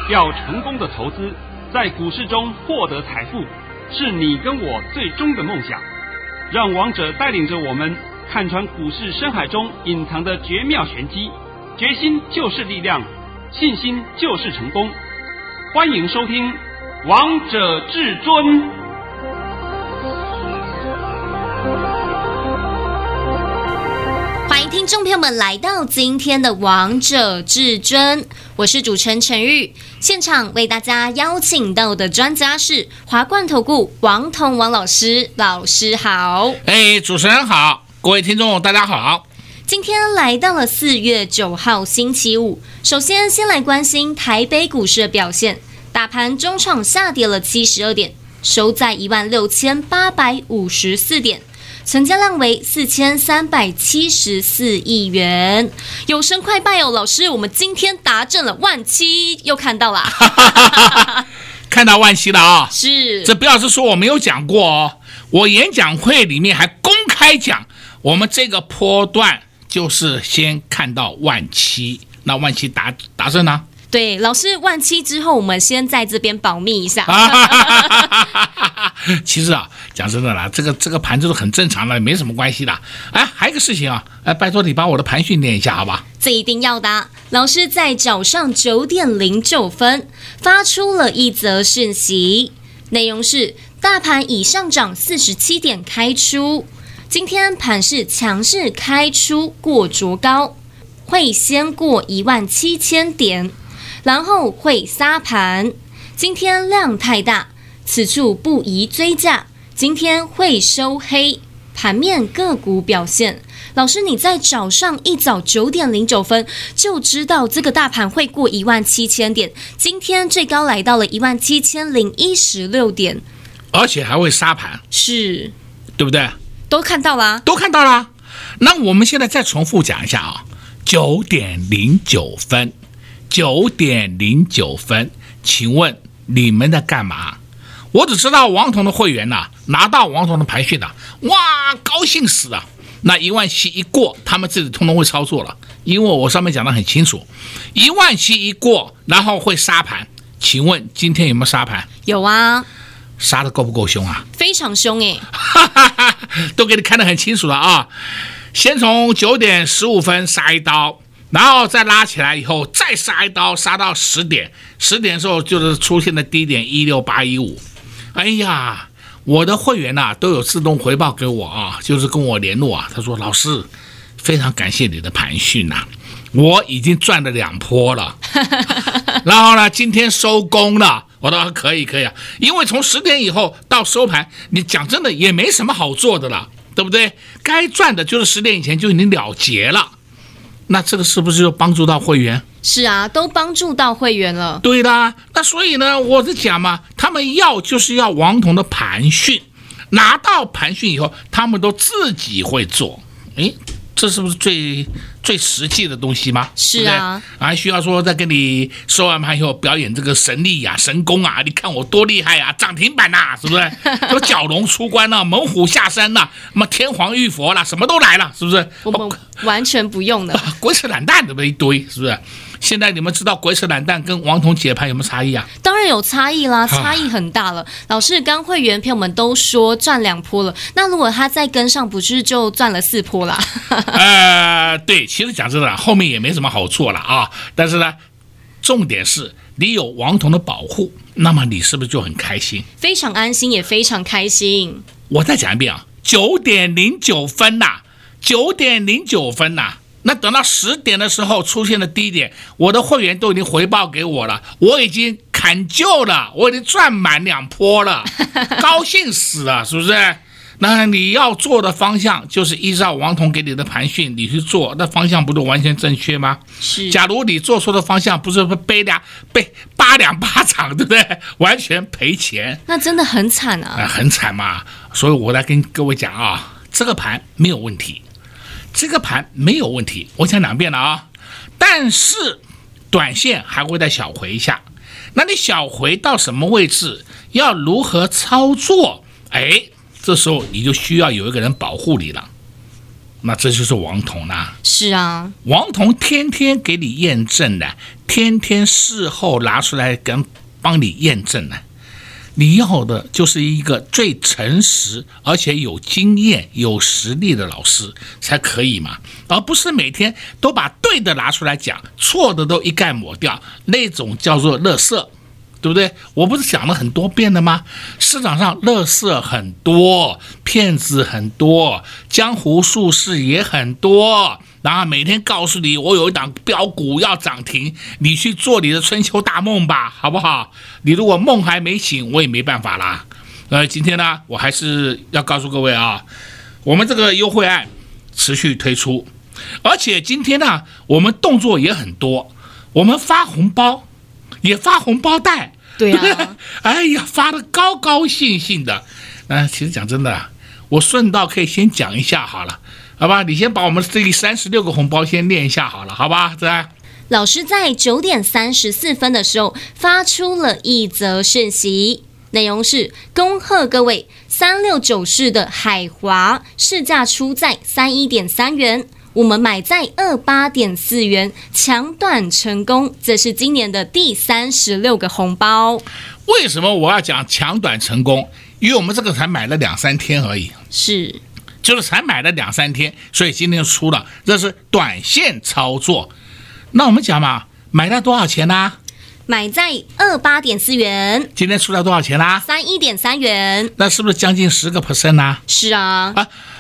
要成功的投资，在股市中获得财富，是你跟我最终的梦想。让王者带领着我们看穿股市深海中隐藏的绝妙玄机，决心就是力量，信心就是成功。欢迎收听《王者至尊》。 欢迎听众朋友们来到今天的王者至尊，我是主持人陈玉。现场为大家邀请到的专家是华冠投顾王彤王老师，老师好。 主持人好，各位听众大家好。 今天来到了4月9号星期五，首先先来关心台北股市的表现，大盘中场下跌了72点，收在16854点。成交量为4374亿元，有神快拜哦！老师，我们今天达阵了17000，又看到啦， 看到17000了啊！ 是， 这不要是说我没有讲过哦，我演讲会里面还公开讲，我们这个波段就是先看到17000，那17000达阵呢？ 对，老师17000之后，我们先在这边保密一下。 其实啊，讲真的啦，这个盘就是很正常的，没什么关系的。还有一个事情啊，拜托你把我的盘训练一下，好吧？ 这一定要的。老师在早上9点09分发出了一则讯息，内容是：大盘已上涨47点开出，今天盘势强势开出过卓高，会先过17000点。然后会杀盘，今天量太大，此处不宜追价，今天会收黑。盘面个股表现，老师你在早上一早9点09分就知道这个大盘会过17000点，今天最高来到了17016点， 而且还会杀盘， 是， 对不对？ 都看到啦， 都看到啦。那我们现在再重复讲一下啊，9点09分。9点09分，请问你们在干嘛？我只知道王彤的会员拿到王彤的盘讯哇，高兴死了。那17000一过，他们自己通通会操作了，因为我上面讲得很清楚，17000一过，然后会杀盘。请问今天有没有杀盘？ 有啊。 杀得够不够凶啊？ 非常凶耶， 都给你看得很清楚了啊。先从9点15分杀一刀。然后再拉起来以后，再杀一刀，杀到10点，10点的时候就是出现的低点16815。哎呀，我的会员都有自动回报给我啊，就是跟我联络啊，他说老师，非常感谢你的盘讯我已经赚了2波了，然后呢，今天收工了，我说可以啊，因为从10点以后到收盘，你讲真的也没什么好做的了，对不对？该赚的就是10点以前就已经了结了。那这个是不是就帮助到会员？ 是啊，都帮助到会员了。 对的，那所以呢，我是讲嘛，他们就是要王彤的盘讯，拿到盘讯以后，他们都自己会做。这是不是最实际的东西吗？ 是啊， 还需要说再跟你收完盘以后表演这个神力神功你看我多厉害涨停板是不是？有蛟龙出关猛虎下山什么天皇御佛什么都来了，是不是？ 我们完全不用的， 鬼扯懒蛋的一堆，是不是？现在你们知道鬼扯懒蛋跟王彤解盘有没有差异啊？ 当然有差异啦，差异很大了。老师，刚会员朋友们都说赚2波了，那如果他再跟上，不是就赚了4波啦？ 对，其实讲真的，后面也没什么好做了但是呢，重点是你有王彤的保护，那么你是不是就很开心？ 非常安心，也非常开心。 我再讲一遍9点09分9点09分那等到10点的时候出现了低点，我的会员都已经回报给我了，我已经砍旧了，我已经赚满2波了，高兴死了，是不是？那你要做的方向就是依照王彤给你的盘讯你去做，那方向不是完全正确吗？ 是。 假如你做错的方向，不是被8两巴掌，对不对？完全赔钱， 那真的很惨很惨嘛。所以我来跟各位讲这个盘没有问题，这个盘没有问题，我讲2遍了但是短线还会再小回一下，那你小回到什么位置，要如何操作？这时候你就需要有一个人保护你了。 那这就是王彤啦。 是啊， 王彤天天给你验证的，天天事后拿出来帮你验证的。你要的就是一个最诚实而且有经验有实力的老师才可以嘛，而不是每天都把对的拿出来讲，错的都一概抹掉，那种叫做垃圾，对不对？我不是讲了很多遍了吗？市场上垃圾很多，骗子很多，江湖术士也很多，然后每天告诉你我有一档标股要涨停，你去做你的春秋大梦吧，好不好？你如果梦还没醒，我也没办法啦。今天呢，我还是要告诉各位啊，我们这个优惠案持续推出，而且今天呢，我们动作也很多，我们发红包，也发红包袋， 对啊， 哎呀，发得高高兴兴的。其实讲真的，我顺道可以先讲一下好了，好吧？你先把我们这36个红包先念一下好了，好吧？这老师在9点34分的时候发出了一则讯息，内容是：恭贺各位369市的海华市价出在31.3元，我们买在28.4元，抢短成功，这是今年的第36个红包。 为什么我要讲抢短成功？因为我们这个才买了2-3天而已， 是， 就是才买了2-3天，所以今天出了，这是短线操作。那我们讲嘛，买了多少钱呢？ 买在28.4元， 今天出了多少钱啦 ？31.3元， 那是不是将近10%呢？ 是啊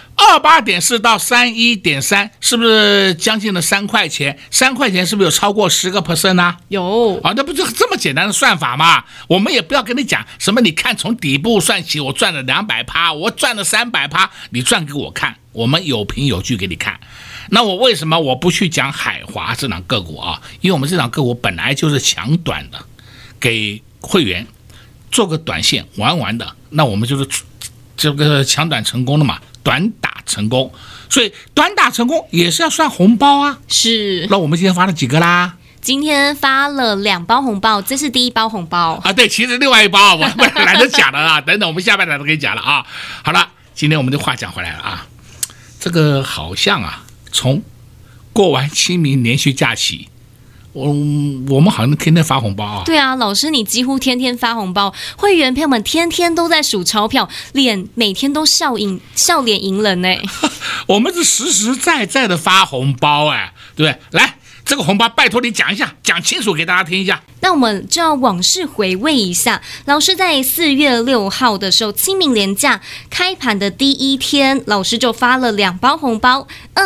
，28.4到31.3，是不是将近了3块钱？3块钱是不是有超过10%呢？ 有啊，那不就这么简单的算法吗？我们也不要跟你讲什么，你看从底部算起，我赚了200%，我赚了300%，你赚给我看，我们有凭有据给你看。那我为什么我不去讲海华这档个股啊？因为我们这档个股本来就是抢短的，给会员做个短线玩的，那我们就是这个抢短成功的嘛，短打成功，所以短打成功也是要算红包啊。 是。 那我们今天发了几个啦？ 今天发了2包红包，这是第1包红包啊。对，其实另外1包我懒得讲了啊，等等我们下半场都可以讲了啊。好了，今天我们的话讲回来了啊，这个好像啊，从过完清明连续假期，我们好像天天发红包啊。 对啊，老师你几乎天天发红包，会员朋友们天天都在数钞票，每天都笑脸迎人呢。 我们是实实在在的发红包哎，对不对？来，这个红包拜托你讲一下，讲清楚给大家听一下。 那我们就要往事回味一下，老师在4月6号的时候，清明连假开盘的第一天，老师就发了2包红包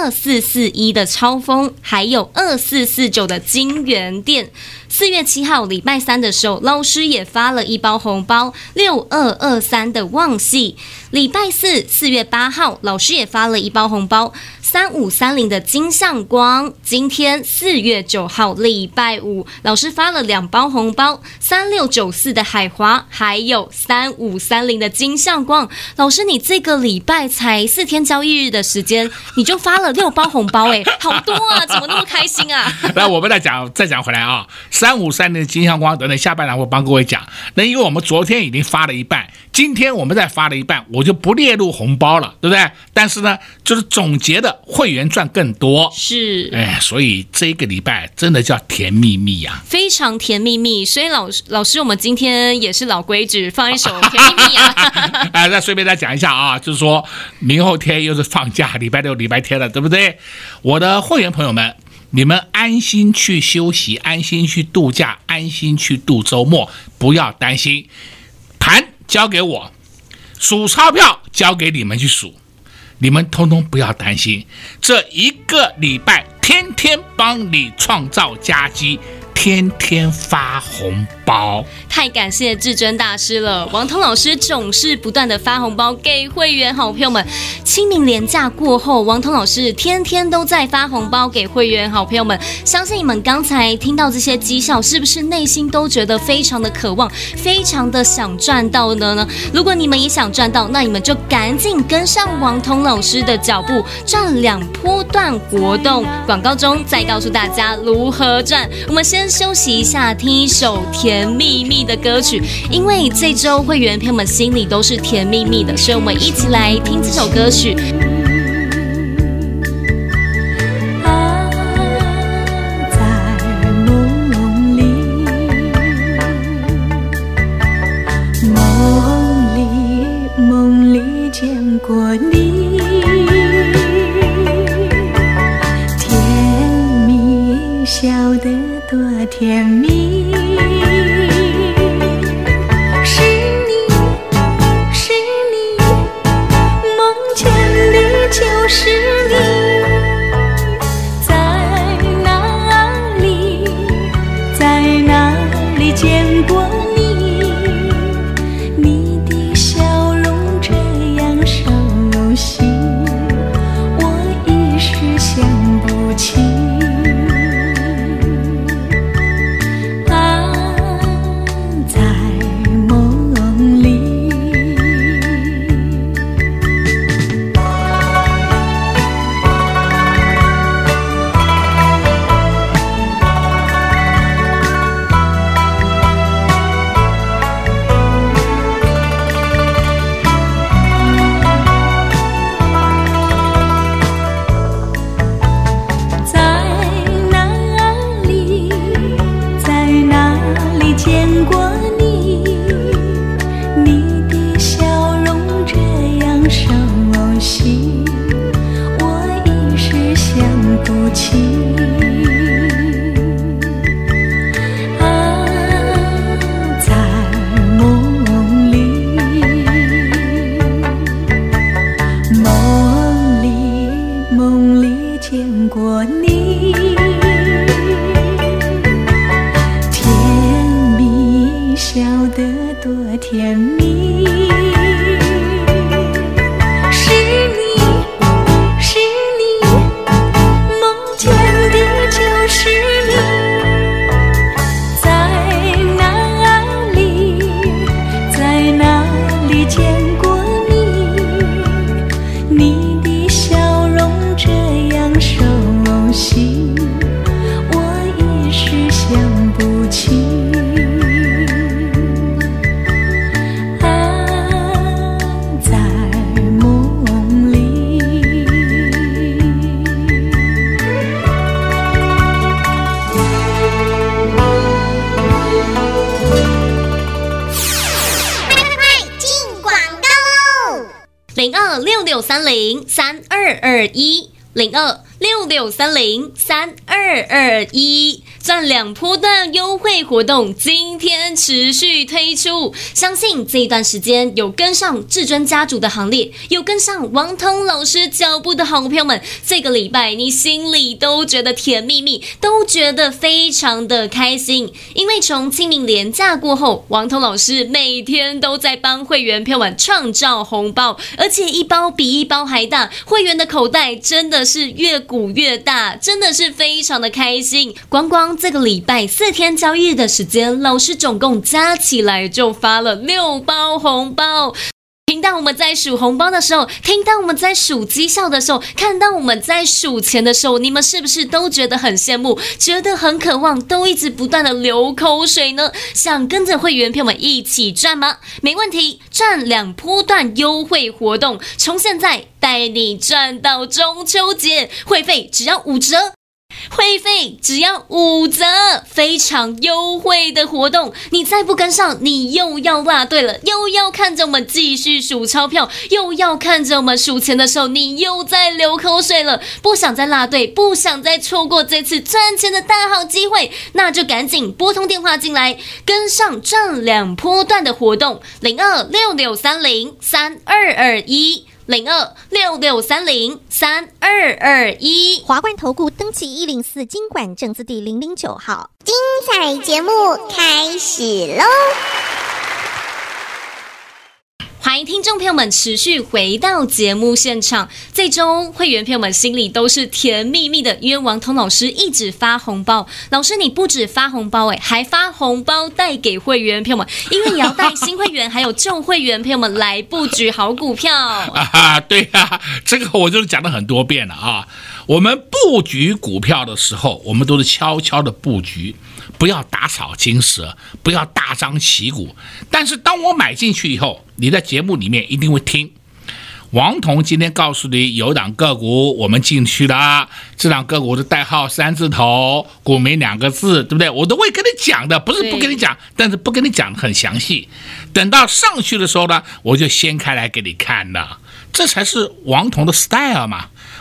，2441的超丰，还有2449的金源店。4月7号礼拜三的时候，老师也发了1包红包，6223的旺系。礼拜四4月8号，老师也发了1包红包，3530的金相光。今天4月9号礼拜五，老师发了2包红包，3694的海华，还有3530的金相光。老师，你这个礼拜才4天交易日的时间，你就发了6包红包，好多啊！怎么那么开心啊？ 来，我们再讲回来啊，3530的金相光，等等下半场我帮各位讲。那因为我们昨天已经发了一半，今天我们再发了一半，我就不列入红包了，对不对？但是呢，就是总结的会员赚更多， 是， 所以这个礼拜真的叫甜蜜蜜啊， 非常甜蜜蜜。所以老师，我们今天也是老规矩，放一首甜蜜蜜啊。 那顺便再讲一下啊，就是说明后天又是放假，礼拜六、礼拜天了，对不对？我的会员朋友们，你们安心去休息，安心去度假，安心去度周末，不要担心。盘交给我，数钞票交给你们去数，你们通通不要担心。这一个礼拜天天帮你创造佳绩，天天发红包。 太感谢至尊大师了，王彤老师总是不断的发红包给会员好朋友们。清明连假过后，王彤老师天天都在发红包给会员好朋友们。相信你们刚才听到这些绩效，是不是内心都觉得非常的渴望，非常的想赚到呢？如果你们也想赚到，那你们就赶紧跟上王彤老师的脚步，赚2波段活动。广告中再告诉大家如何赚。我们先休息一下，听一首甜蜜蜜的歌曲，因为这周会员朋友们心里都是甜蜜蜜的，所以我们一起来听这首歌曲。 多甜蜜，是你，是你，梦见的就是你，在哪里，在哪里见过你？你的笑容这样熟悉，我一时想不起。 0266303221，0266303221，赚2波段优惠活动今天持续推出。相信这一段时间有跟上至尊家族的行列，有跟上王彤老师脚步的好朋友们，这个礼拜你心里都觉得甜蜜蜜，都觉得非常的开心。因为从清明连假过后，王彤老师每天都在帮会员朋友们创造红包，而且一包比一包还大，会员的口袋真的是越鼓越大，真的是非常的开心。光这个礼拜4天交易日的时间，老师总共加起来就发了6包红包。听到我们在数红包的时候，听到我们在数绩效的时候，看到我们在数钱的时候，你们是不是都觉得很羡慕，觉得很渴望，都一直不断的流口水呢？想跟着会员朋友们一起赚吗？没问题，赚2波段优惠活动，从现在带你赚到中秋节，会费只要5折。会费只要5折，非常优惠的活动，你再不跟上，你又要落队了，又要看着我们继续数钞票，又要看着我们数钱的时候，你又在流口水了，不想再落队，不想再错过这次赚钱的大好机会，那就赶紧拨通电话进来，跟上赚2波段的活动，0266303221，0266303221。 华冠投顾登记104金管证字第009号。 精彩节目开始喽！ 欢迎听众朋友们持续回到节目现场。这周会员朋友们心里都是甜蜜蜜的，因为王彤老师一直发红包。老师你不止发红包还发红包带给会员朋友们，因为你要带新会员还有旧会员朋友们来布局好股票。 对啊，这个我就是讲了很多遍了啊。我们布局股票的时候，我们都是悄悄的布局，不要打草惊蛇，不要大张旗鼓。但是当我买进去以后，你在节目里面一定会听王彤今天告诉你有档个股我们进去了，这档个股的代号3字头，股名2个字，对不对？我都会跟你讲的，不是不跟你讲，但是不跟你讲很详细。等到上去的时候呢，我就掀开来给你看了，这才是王彤的 style 嘛。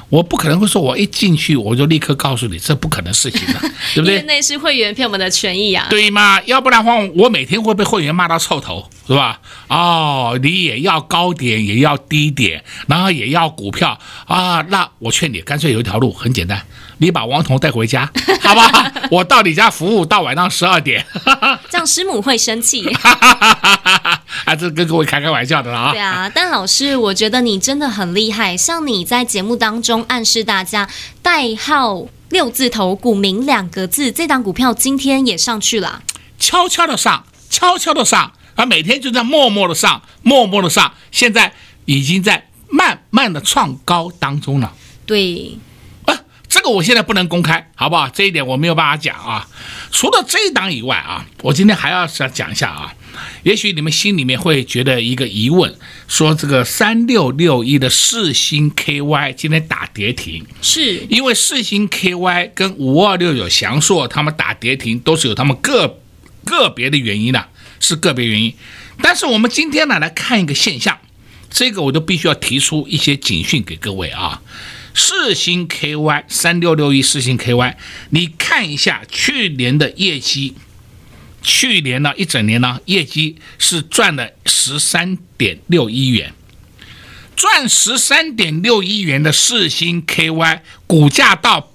我不可能会说我一进去我就立刻告诉你，这不可能事情的，对不对？ 因为那是会员骗我们的权益啊。 对嘛？要不然的话，我每天会被会员骂到臭头，是吧？哦，你也要高点，也要低点，然后也要股票啊。那我劝你，干脆有一条路很简单，你把王彤带回家，好不好？我到你家服务到晚上12点， 这样师母会生气。 啊，这跟各位开玩笑的啦啊。 对啊，但老师，我觉得你真的很厉害。像你在节目当中暗示大家代号6字头股民2个字，这档股票今天也上去了， 悄悄的上，悄悄的上，啊，每天就在默默的上，默默的上，现在已经在慢慢的创高当中了。 对。 这个我现在不能公开，好不好？这一点我没有办法讲啊。除了这一档以外啊，我今天还要讲一下啊。也许你们心里面会觉得一个疑问，说这个3661的世芯 KY 今天打跌停， 是因为世芯 KY 跟5269祥硕他们打跌停都是有他们个别的原因的，是个别原因。但是我们今天呢来看一个现象，这个我就必须要提出一些警讯给各位啊。世芯 KY 3661世芯 KY， 你看一下去年的业绩，去年呢一整年呢业绩是赚了13.6亿元，赚13.6亿元的世芯 KY 股价到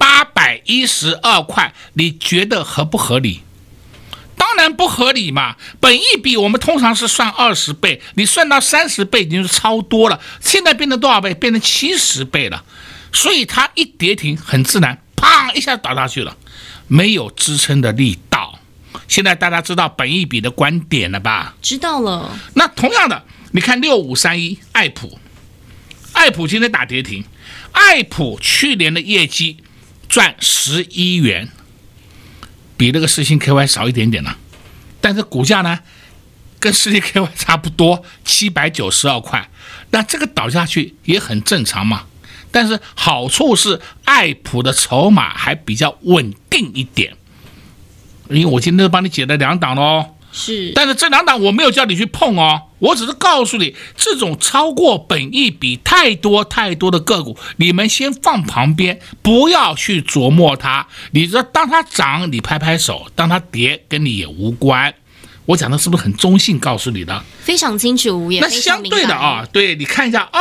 812块，你觉得合不合理？当然不合理嘛，本益比我们通常是算20倍，你算到30倍已经是超多了，现在变成多少倍？变成70倍了。所以它一跌停很自然，砰一下倒下去了，没有支撑的力道。现在大家知道本益比的观点了吧？ 知道了。 那同样的，你看6531爱普，爱普今天打跌停，爱普去年的业绩赚11元，比那个世芯 KY 少一点点了，但是股价呢跟世芯 KY 差不多，792块，那这个倒下去也很正常嘛。但是好处是爱普的筹码还比较稳定一点，因为我今天帮你解了2档咯， 是， 但是这2档我没有叫你去碰哦，我只是告诉你，这种超过本益比太多的个股，你们先放旁边，不要去琢磨它。你说当它涨你拍拍手，当它跌跟你也无关。我讲的是不是很中性告诉你的？ 非常清楚，也那非常相对的啊，对，你看一下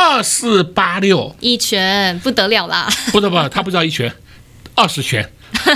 2486 一拳不得了啦， 不，它不叫一拳，20拳。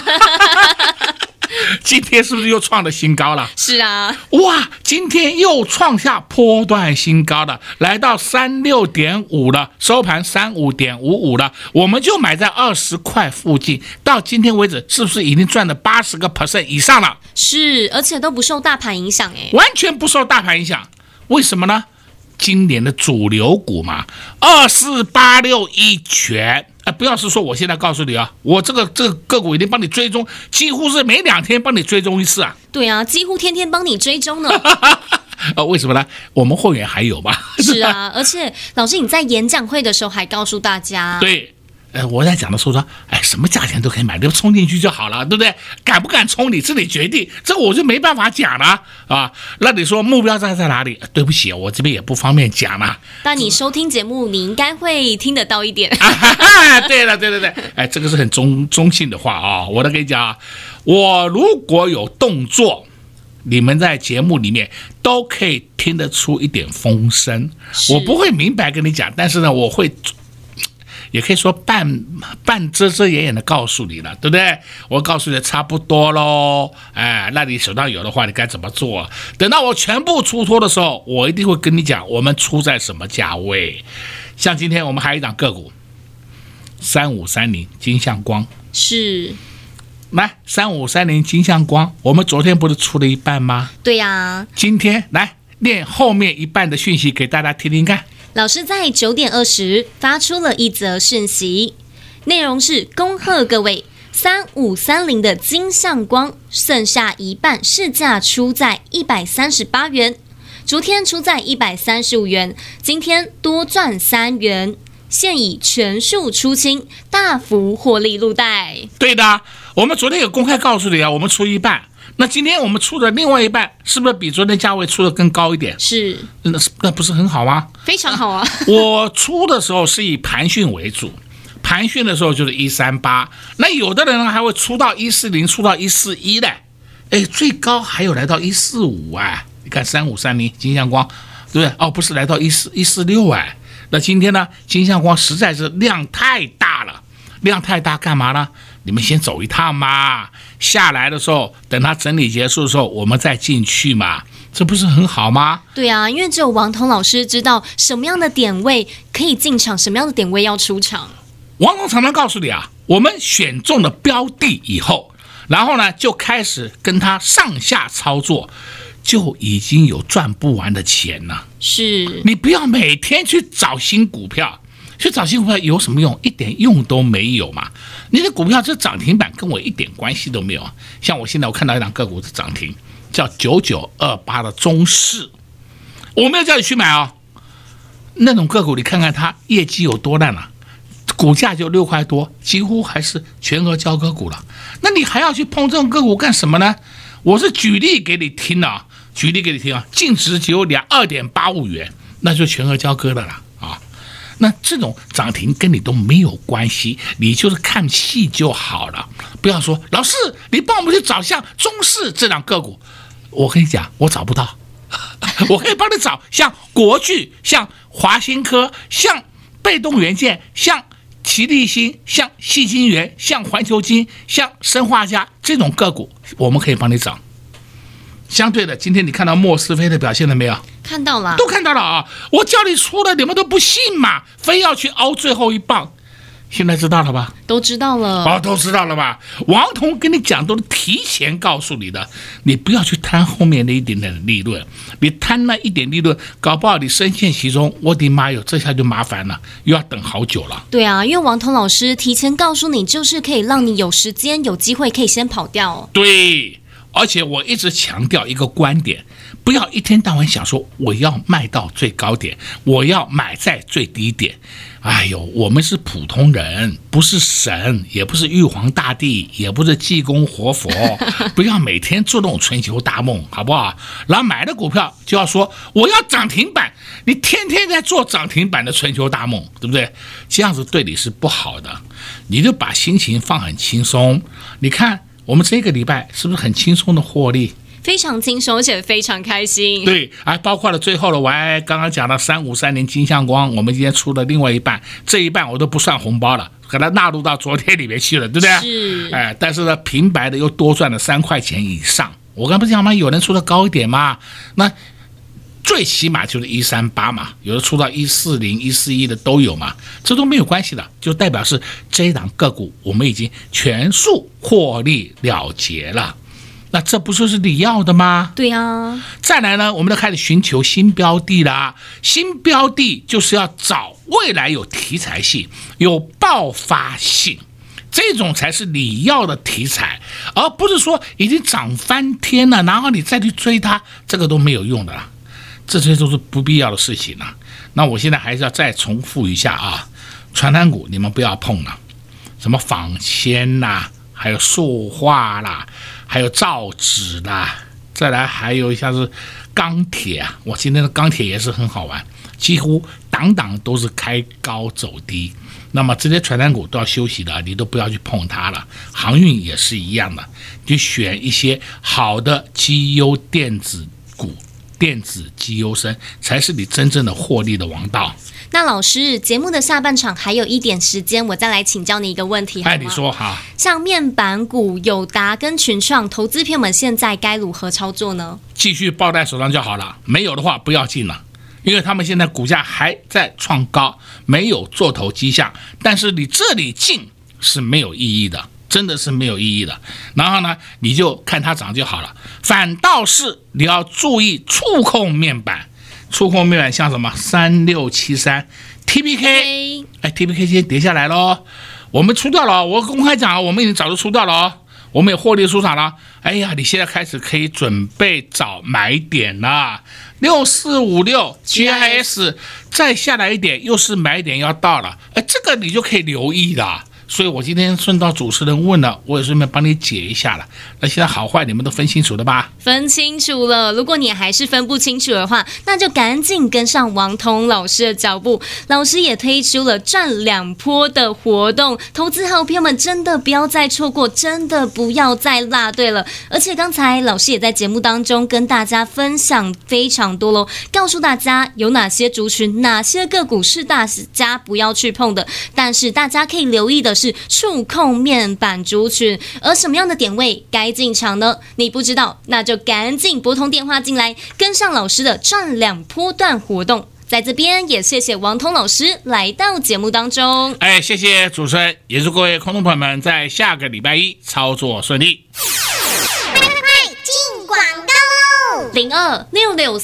今天是不是又创了新高了？ 是啊， 哇，今天又创下波段新高了，来到36.5了，收盘35.55了，我们就买在20块附近，到今天为止是不是已经赚了80% 以上了？ 是，而且都不受大盘影响哎， 完全不受大盘影响，为什么呢？今年的主流股嘛，2486一拳。不要是说我现在告诉你啊，我这个个股已经帮你追踪，几乎是每2天帮你追踪一次啊。 对啊，几乎天天帮你追踪呢。 为什么呢？我们会员还有嘛。 是啊，而且老师你在演讲会的时候还告诉大家， 对。我在讲的时候说，什么价钱都可以买，就冲进去就好了，对不对？敢不敢冲你自己决定，这我就没办法讲了啊。那你说目标在哪里？对不起，我这边也不方便讲了。 但你收听节目，你应该会听得到一点。 对了，这个是很中性的话啊。我都跟你讲啊，我如果有动作，你们在节目里面都可以听得出一点风声。我不会明白跟你讲，但是呢，我会。也可以说半遮掩的告诉你了，对不对？我告诉你差不多咯，那你手上有的话，你该怎么做？等到我全部出脱的时候，我一定会跟你讲，我们出在什么价位。像今天我们还有一档个股，3530金相光， 是， 来3530金相光，我们昨天不是出了一半吗？ 对呀， 今天来念后面一半的讯息给大家听听看。 老师在9点20发出了一则讯息，内容是恭贺各位3530的金相光剩下一半市价出在138元，昨天出在135元，今天多赚3元，现已全数出清，大幅获利入袋。对的，我们昨天有公开告诉你啊，我们出一半。那今天我们出的另外一半是不是比昨天价位出的更高一点？ 是， 那不是很好吗？ 非常好啊！ 我出的时候是以盘讯为主， 盘旋的时候就是138，那有的人呢还会出到140，出到141的，哎，最高还有来到145啊！你看3530金像光，对不对？哦，不是来到146哎。那今天呢，金像光实在是量太大了，量太大干嘛呢？你们先走一趟嘛，下来的时候等它整理结束的时候，我们再进去嘛，这不是很好吗？ 对啊，因为只有王彤老师知道什么样的点位可以进场，什么样的点位要出场。 王彤常常告诉你啊，我们选中了标的以后，然后呢就开始跟他上下操作，就已经有赚不完的钱了。 是， 你不要每天去找新股票，去找新股票有什么用？一点用都没有嘛！你的股票这涨停板跟我一点关系都没有。像我现在我看到一档个股的涨停，叫9928的中视，我没有叫你去买哦。那种个股你看看它业绩有多烂啊，股价就6块多，几乎还是全额交割股了。那你还要去碰这种个股干什么呢？我是举例给你听啊，净值只有2.85元，那就全额交割的了啊。那这种涨停跟你都没有关系，你就是看戏就好了。不要说老师，你帮我们去找像中视这档个股，我跟你讲，我找不到。我可以帮你找像国巨、像华新科、像被动元件、像奇力新、像矽晶圆、像环球晶、像生化家这种个股，我们可以帮你找。相对的，今天你看到莫斯菲的表现了没有？ 看到了， 都看到了啊！我叫你出了，你们都不信嘛，非要去凹最后一棒。现在知道了吧？ 都知道了。 哦，都知道了吧？王彤跟你讲都是提前告诉你的，你不要去贪后面的一点点的利润，你贪那一点利润，搞不好你深陷其中，我的妈哟，这下就麻烦了，又要等好久了。 对啊，因为王彤老师提前告诉你，就是可以让你有时间、有机会可以先跑掉哦。 对。而且我一直强调一个观点，不要一天到晚想说我要卖到最高点，我要买在最低点。哎呦，我们是普通人，不是神，也不是玉皇大帝，也不是济公活佛，不要每天做那种春秋大梦，好不好？然后买的股票就要说我要涨停板，你天天在做涨停板的春秋大梦，对不对？这样子对你是不好的，你就把心情放很轻松。你看我们这个礼拜是不是很轻松的获利？ 非常轻松，而且非常开心。 对，还包括了最后的，我还刚刚讲到3530金像光，我们今天出了另外一半，这一半我都不算红包了，给它纳入到昨天里面去了，对不对？ 是。 但是呢，平白的又多赚了3块钱以上。我刚不是讲吗？有人出的高一点嘛，那最起码就是138嘛，有的出到140、141的都有嘛，这都没有关系的，就代表是这一档个股我们已经全数获利了结了。那这不就是你要的吗？ 对啊。 再来呢，我们就开始寻求新标的啦。新标的就是要找未来有题材性、有爆发性，这种才是你要的题材，而不是说已经涨翻天了，然后你再去追它，这个都没有用的啦。这些都是不必要的事情啊。那我现在还是要再重复一下啊，传产股你们不要碰了，什么纺纤啦，还有塑化啦，还有造纸啦，再来还有一下是钢铁啊，我今天的钢铁也是很好玩，几乎档档都是开高走低。那么这些传产股都要休息的，你都不要去碰它了。航运也是一样的，就选一些好的绩优电子股，电子绩优生才是你真正的获利的王道。 那老师，节目的下半场还有一点时间，我再来请教你一个问题好吗？ 你说哈。 像面板股友达跟群创，投资朋友们现在该如何操作呢？ 继续抱在手上就好了，没有的话不要进了，因为他们现在股价还在创高，没有做头迹象，但是你这里进是没有意义的，真的是没有意义的。然后呢，你就看它涨就好了。反倒是你要注意触控面板，触控面板像什么3673 TPK， TPK 今天跌下来咯，我们出掉了，我公开讲，我们已经早就出掉了哦，我们也获利出场了。哎呀，你现在开始可以准备找买点了。6456 GIS 再下来一点，又是买点要到了，这个你就可以留意了。 所以我今天顺道主持人问了，我也顺便帮你解一下了。那现在好坏你们都分清楚了吧？ 分清楚了。如果你还是分不清楚的话，那就赶紧跟上王彤老师的脚步。老师也推出了赚2波的活动，投资好朋友们真的不要再错过，真的不要再落队了。而且刚才老师也在节目当中跟大家分享非常多咯，告诉大家有哪些族群、哪些个股是大家不要去碰的，但是大家可以留意的是触控面板族群，而什么样的点位该进场呢？你不知道，那就赶紧拨通电话进来，跟上老师的赚2波段活动。在这边也谢谢王彤老师来到节目当中。 谢谢主持人，也祝各位空中朋友们在下个礼拜一操作顺利。 进广告喽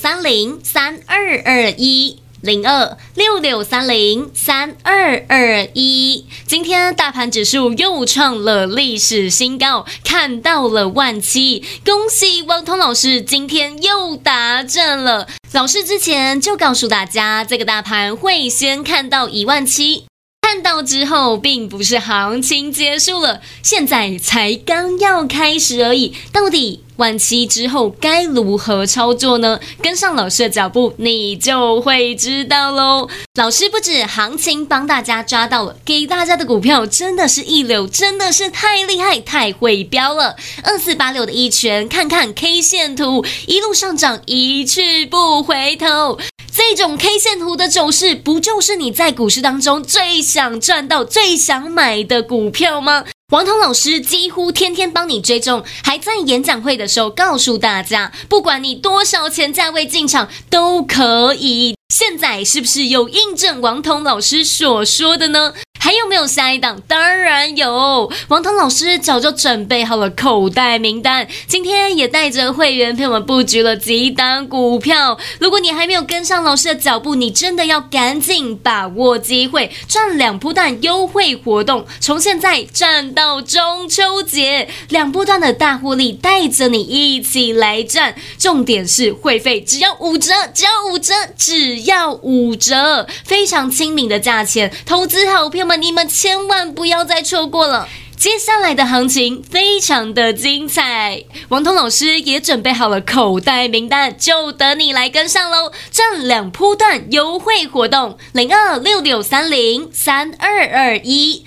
！0266303221。0266303221，今天大盘指数又创了历史新高，看到了17000，恭喜王彤老师今天又达阵了。老师之前就告诉大家，这个大盘会先看到17000。看到之后并不是行情结束了，现在才刚要开始而已，到底17000之后该如何操作呢？跟上老师的脚步你就会知道咯。老师不止行情帮大家抓到了，给大家的股票真的是一流，真的是太厉害太会标了。2486的一拳，看看 K 线图，一路上涨一去不回头，这种 K 线图的走势，不就是你在股市当中最想赚到、最想买的股票吗？王彤老师几乎天天帮你追踪，还在演讲会的时候告诉大家，不管你多少钱价位进场都可以。现在是不是有印证王彤老师所说的呢？还有没有下一档？当然有，王彤老师早就准备好了口袋名单，今天也带着会员朋友们布局了几档股票。如果你还没有跟上老师的脚步，你真的要赶紧把握机会，赚2波段优惠活动，从现在赚到中秋节，2波段的大获利带着你一起来赚。重点是会费只要5折，只要5折，非常亲民的价钱，投资好朋友们，你们千万不要再错过了。接下来的行情非常的精彩，王彤老师也准备好了口袋名单，就等你来跟上咯。赚2波段优惠活动，0266303221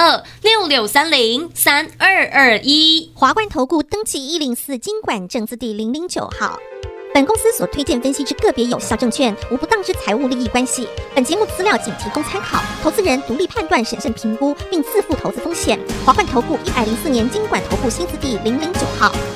0266303221。 华冠投顾登记104金管证字第009号。本公司所推荐分析之个别有效证券，无不当之财务利益关系。本节目资料仅提供参考，投资人独立判断、审慎评估，并自负投资风险。华冠投顾104年金管投顾新字第009号。